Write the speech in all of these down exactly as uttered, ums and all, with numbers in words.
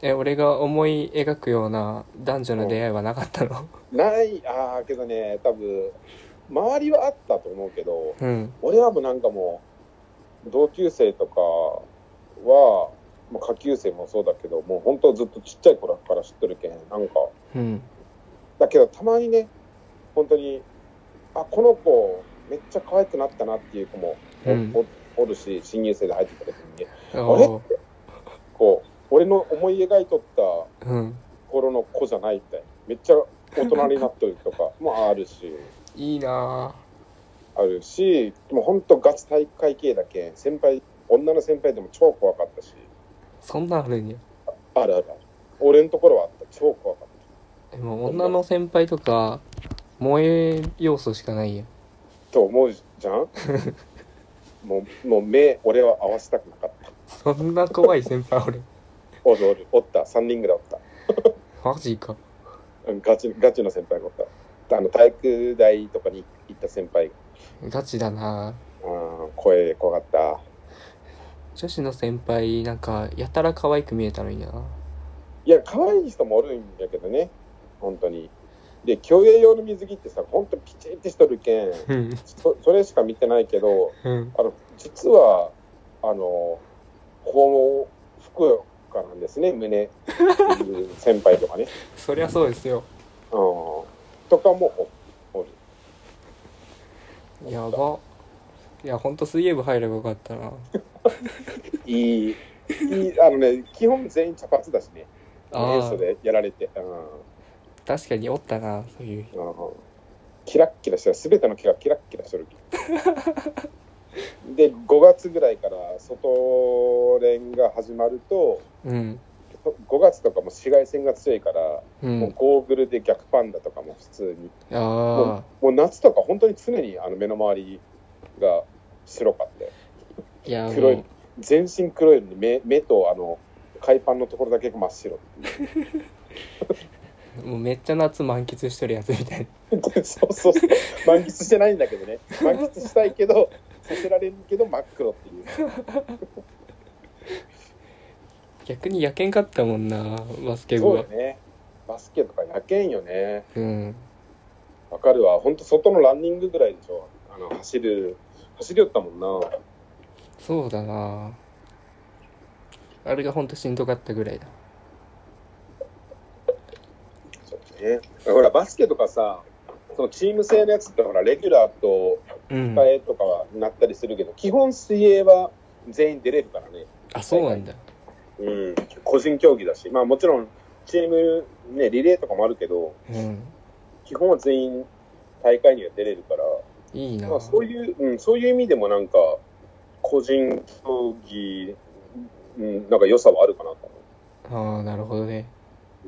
え、俺が思い描くような男女の出会いはなかったの？ ない、ああ、けどね、多分、周りはあったと思うけど、 うん。 俺はもうなんかもう、同級生とかは、まあ、下級生もそうだけど、もう本当ずっとちっちゃい頃から知ってるけん、なんか、 うん。 だけどたまにね、本当に、あ、この子、めっちゃ可愛くなったなっていう子もお、 うん。 お、おるし、新入生で入ってきた時にね、 ああれあ。 こう、俺の思い描いとったうん。 頃の子じゃないみたいな。めっちゃ大人になってるとかもあるし、 いいなあるし、もうほんとガチ体育会系だけ、先輩、女の先輩でも超怖かったし、 ぁ。そんなんあるんや。 あるあるある。俺のところはあった。超怖かっでもた。女の女の先輩とか、萌え要素しかないやん。 と思うじゃん。もう、もう目、俺は合わせたくなかった。 そんな怖い先輩俺。 おるおる、おった。さんにんぐらいおった。 マジか。 うんガチ、ガチの先輩がおった。あの、体育大とかに行った先輩。 ガチだなうん、声怖かった。 女子の先輩、なんか、やたら可愛く見えたのにな。 いや、可愛い人もおるんだけどね。本当に。で、競泳用の水着ってさ、本当ピチッてしとるけん、 うん。 そそれしか見てないけど、 うん。 あの、実は、あの、こう、福岡なんですね、胸、いう先輩とかね。 そりゃそうですよ。 うん。とかもお、おる。 やば。いや、ほんと水泳部入ればよかったな。 いい、いい、あのね、基本全員茶髪だしね。演ああ、 奏でやられて。うん。 確かにおったな、そういう。 うん、キラッキラしてる。すべての毛がキラッキラしてる。で、ごがつぐらいから外練が始まると、 うん。 ごがつとかも紫外線が強いから、 うん。 もうゴーグルで逆パンダとかも普通に。 あもうもう夏とか本当に常にあの目の周りが白かった。 あ。いや、 黒い、 も全身黒いのに目目とあの海パンのところだけが真っ白っていう。 う、もうめっちゃ夏満喫しとるやつみたいそうそうそう。満喫してないんだけどね。満喫したいけど、させられるけど真っ黒っていう。 な。逆に焼けんかったもんな、バスケ部は。 そうよね。バスケとかやけんよね。 うん。 わかるわ。ほんと外のランニングぐらいでしょ。あの、走る、走りよったもんな。 そうだな。あれがほんとしんどかったぐらいだ。 そうね。ほら、バスケとかさ、そのチーム制のやつってほら、レギュラーとうん。 控えとかはなったりするけど、基本水泳は全員出れるからね。 あ、そうなんだ。 うん。個人競技だし。まあもちろん、チーム、ね、リレーとかもあるけど、 うん。 基本は全員大会には出れるから、 いいな。 まあ、そういう、うん、そういう意味でもなんか、個人競技、うん、なんか良さはあるかなと思ああ、なるほどね。 う。うん。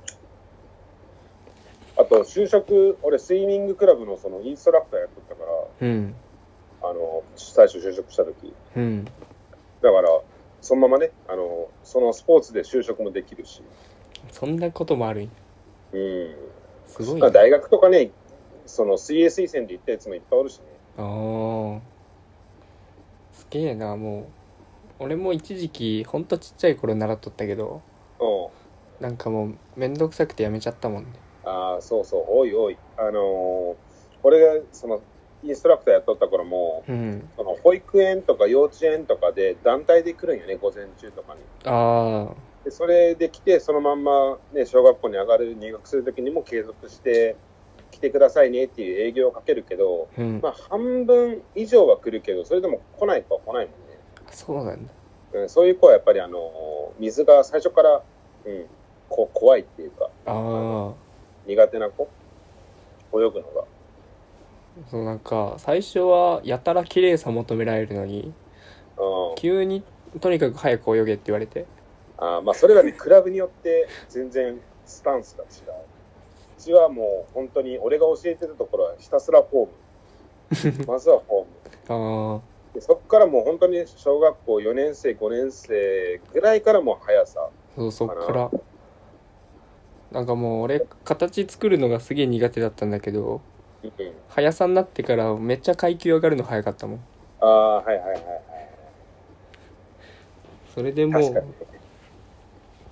あと、就職、俺、スイミングクラブのそのインストラクターやっとったから、 うん。 あの、最初就職した時。 うん。 だから、そのままね、あの、そのスポーツで就職もできるし、 そんなこともあるんや。 うん。 すごいな。 まあ大学とかね、その水泳推薦で行ったやつもいっぱいおるしね。 ああ。すげえな、もう。俺も一時期、ほんとちっちゃい頃習っとったけど、 うん。 なんかもう、めんどくさくてやめちゃったもんね。 ああ、そうそう、多い多い。あのー、俺がそのインストラクターやっとった頃も、 うん。 その保育園とか幼稚園とかで団体で来るんよね、午前中とかに。 ああ。 でそれで来て、そのまんま、ね、小学校に上がる入学するときにも継続して来てくださいねっていう営業をかけるけど、 うん。 まあ、半分以上は来るけど、それでも来ない子は来ないもんね。 そうなんだ。 うん、そういう子はやっぱり、あのー、水が最初から、うん、こ怖いっていうか、 ああ。 苦手な子、泳ぐのが。 そう、なんか、最初は、やたら綺麗さ求められるのに、 うん急に、とにかく早く泳げって言われて。 あまあそれはね、クラブによって全然スタンスが違う。うちはもう本当に俺が教えてるところはひたすらフォーム。まずはフォーム。 ああ。 でそこからもう本当に小学校よねん生、ごねん生ぐらいからもう速さそう、そかな。 っから。なんかもう俺、形作るのがすげえ苦手だったんだけど、 うん、 速さになってからめっちゃ階級上がるの早かったもん。 ああ、はいはいはいはい。 それでもう、 確かに。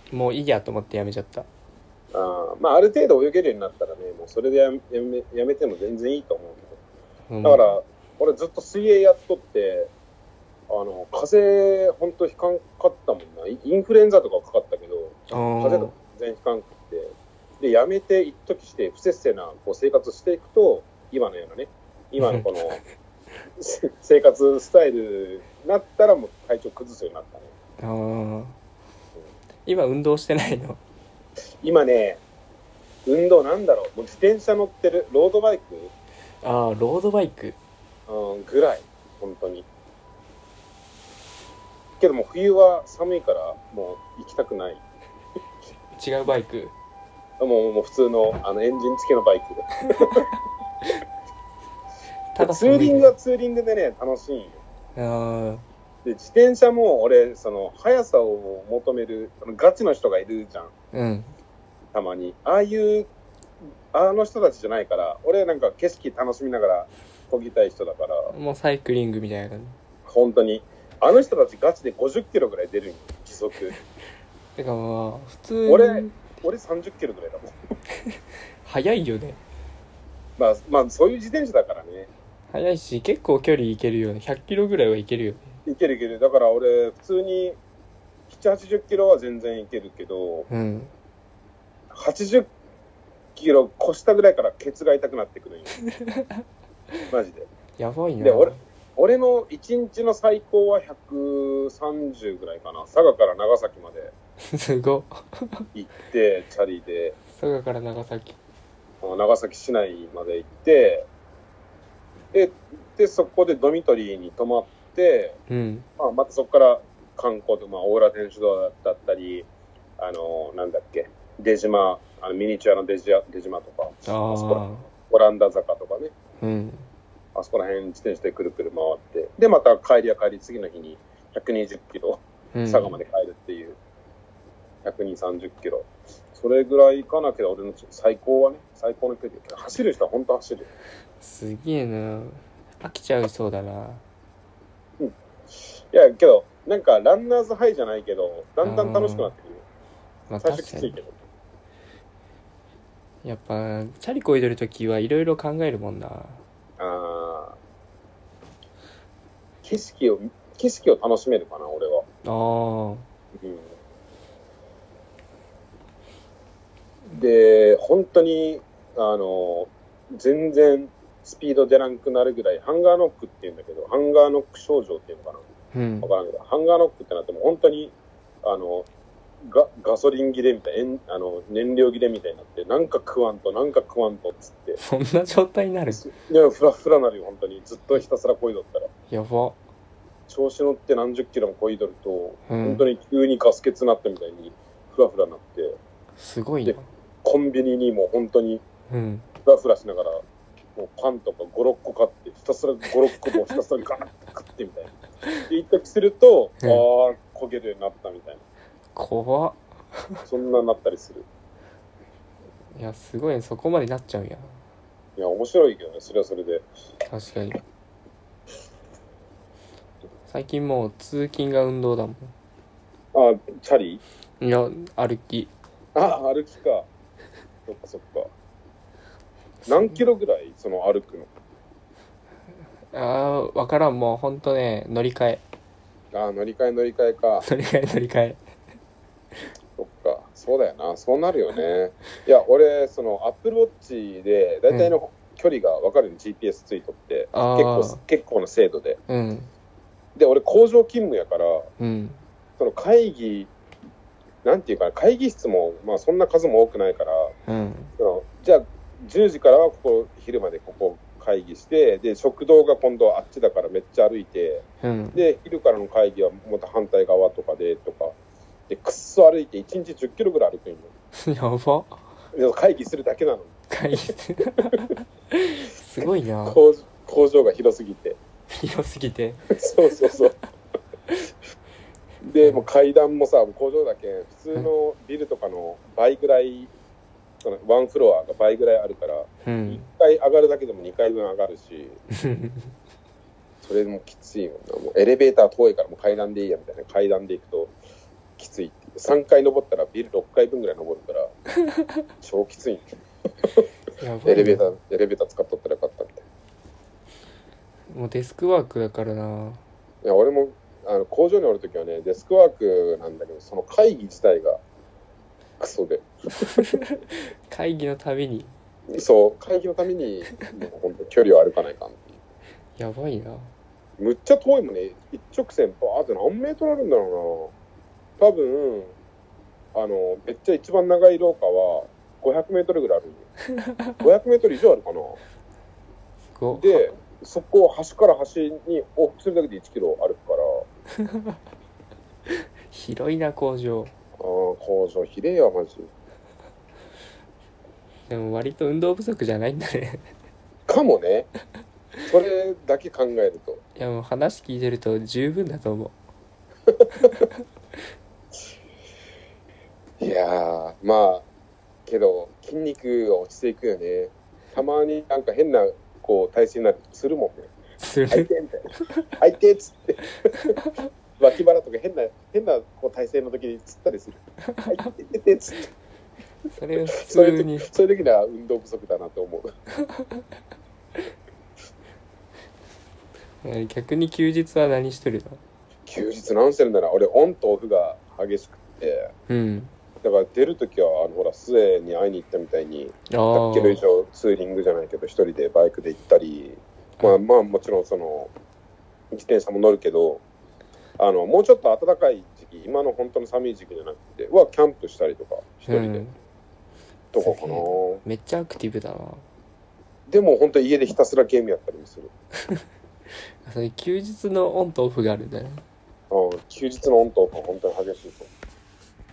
もういいやと思ってやめちゃった。 あまあある程度泳げるようになったらね、もうそれでやめやめやめても全然いいと思うけど、だから俺ずっと水泳やっとって、あの風邪本当ひかんかったもんな。インフルエンザとかかかったけど、風邪とか全然ひかんくってでやめて一時して不摂生なこう生活していくと、今のようなね、今のこの生活スタイルになったらもう体調崩すようになったね。 あ、うん、今運動してないの？ 今ね、運動なんだろう、もう自転車乗ってる、ロードバイク、 ああロードバイク、 うん、ぐらい本当に。けども冬は寒いからもう行きたくない。 違うバイク？ もうもう普通のあのエンジン付きのバイクただツーリングはツーリングでね楽しいんよ。 あで自転車も俺その速さを求めるガチの人がいるじゃん、 うん、 たまにああいうあの人たちじゃないから、俺なんか景色楽しみながら漕ぎたい人だから、 もうサイクリングみたいな感じ。 本当にあの人たちガチでごじゅっキロぐらい出るんよ時速。 てかまあ普通に俺俺さんじゅっキロぐらいだもん速いよね。 まあまあそういう自転車だからね。 速いし結構距離いけるよね。ひゃっキロぐらいはいけるよね。 いけるいける。だから俺普通にななじゅうはちじゅっキロは全然いけるけど、 うん、 はちじゅっキロ越したぐらいからケツが痛くなってくるんよマジでやばいな。 で俺俺のいちにちの最高はひゃくさんじゅうぐらいかな。佐賀から長崎まですごっ行ってチャリで佐賀から長崎長崎市内まで行って、ででそこでドミトリーに泊まって、 うんまあ、またそこから観光と、まあ、オーラ天主堂だったり、あのなんだっけ出島、あのミニチュアの出島出島とか、 ああそこらオランダ坂とかね、 うん、 あそこら辺自転車でくるくる回って、でまた帰りは帰り次の日にひゃくにじゅっキロ佐賀まで帰るっていう、うん、ひゃくにじゅう、さんじゅっキロ、それぐらい行かなきゃ俺の最高はね、最高の距離。走る人は本当走る。 すげえな。飽きちゃいそうだな。 うん。いやけどなんかランナーズハイじゃないけどだんだん楽しくなってくるよ。まあ、最初きついけど。 やっぱチャリこいでるときはいろいろ考えるもんな。 あ景色を景色を楽しめるかな俺は。ああ。うん。で本当にあの全然スピード出なくなるぐらいハンガーノックっていうんだけど、ハンガーノック症状っていうのかな、うん、分からんけどハンガーノックってなっても本当にあの ガ, ガソリン切れみたいな、あの燃料切れみたいになって、なんか食わんとなんか食わんとっつって、 そんな状態になる？ いやフラフラなるよ本当に。ずっとひたすらこいどったらやば。 調子乗って何十キロもこいどると、うん、本当に急にガス欠なったみたいにフラフラなって、 すごいな。 でコンビニにも本当にフラフラしながら、もうパンとかご、ろっこ買ってひたすらご、ろっこもひたすらガーッて食ってみたいなで一時すると、うん、ああ焦げるようになったみたいな。 怖っそんなになったりする。 いやすごいね、そこまでなっちゃうんや。 いや面白いけどね、それはそれで。 確かに最近もう通勤が運動だもん。 あ、チャリ？ いや歩き。 あ、歩きか。そっかそっか。何キロぐらいその歩くの？ ああ分からん、もうほんとね乗り換え。 ああ乗り換え乗り換えか。 乗り換え乗り換え。 そっか、そうだよな、そうなるよね。いや俺そのアップルウォッチで大体の距離が分かるの、うん、ジーピーエス ついとって結構結構な精度で。うん。で俺工場勤務やから、うん、その会議なんていうか会議室もまあそんな数も多くないから、うん、そのじゃあじゅうじからはここ昼までここ会議して、で食堂が今度はあっちだからめっちゃ歩いて、うん、で昼からの会議はまた反対側とかでとかでくっそ歩いていちにちじゅっキロぐらい歩くんよ。 やば。 会議するだけなのに。 会議すごいな。 工, 工場が広すぎて。 広すぎて。そうそうそう。でもう階段もさ、工場だけ普通のビルとかの倍ぐらい、そのワンフロアが倍ぐらいあるから、うん、いっかい上がるだけでもにかいぶん上がるしそれもきついもんな。もうエレベーター遠いからもう階段でいいやみたいな、階段で行くときついっていう。 さんかい登ったらビルろっかいぶんぐらい登るから超きついやばいエレベーターエレベーター使っとったらよかったみたいな。もうデスクワークだからな。 いや俺もあの工場におるときはねデスクワークなんだけど、その会議自体がクソで会議のたびにそう会議のためにもう本当距離を歩かないかんっていうやばいな。 むっちゃ遠いもんね。一直線バーって何メートルあるんだろうな。多分あのめっちゃ一番長い廊下はごひゃくメートルぐらいあるんよごひゃくメートル以上あるかな。でそこを端から端に往復するだけでいちキロ歩くから広いな工場。 ああ工場ひれえやマジ。 でも割と運動不足じゃないんだねかもね。それだけ考えるといやもう話聞いてると十分だと思ういやーまあけど筋肉が落ちていくよね。たまになんか変なこう体勢になるとするもんね。 する。 相手みたいな。相手っつって脇腹とか変な変なこう体勢の時につったりする。相手ってっつって。 それを普通にそういう時には運動不足だなと思う。 逆に休日は何してるの？ 休日何してるんだろう。俺オンとオフが激しくて、 うん、 だから出るときはあのほら末に会いに行ったみたいにひゃっキロ以上ツーリングじゃないけど一人でバイクで行ったり、まあまあもちろんその自転車も乗るけど、あのもうちょっと暖かい時期、今の本当の寒い時期じゃなくてはキャンプしたりとか一人で、うん、とかかな。 めっちゃアクティブだな。 でも本当家でひたすらゲームやったりもする。 それ休日のオンとオフがあるんだね。 ああ休日のオンとオフは本当に激しいと思う。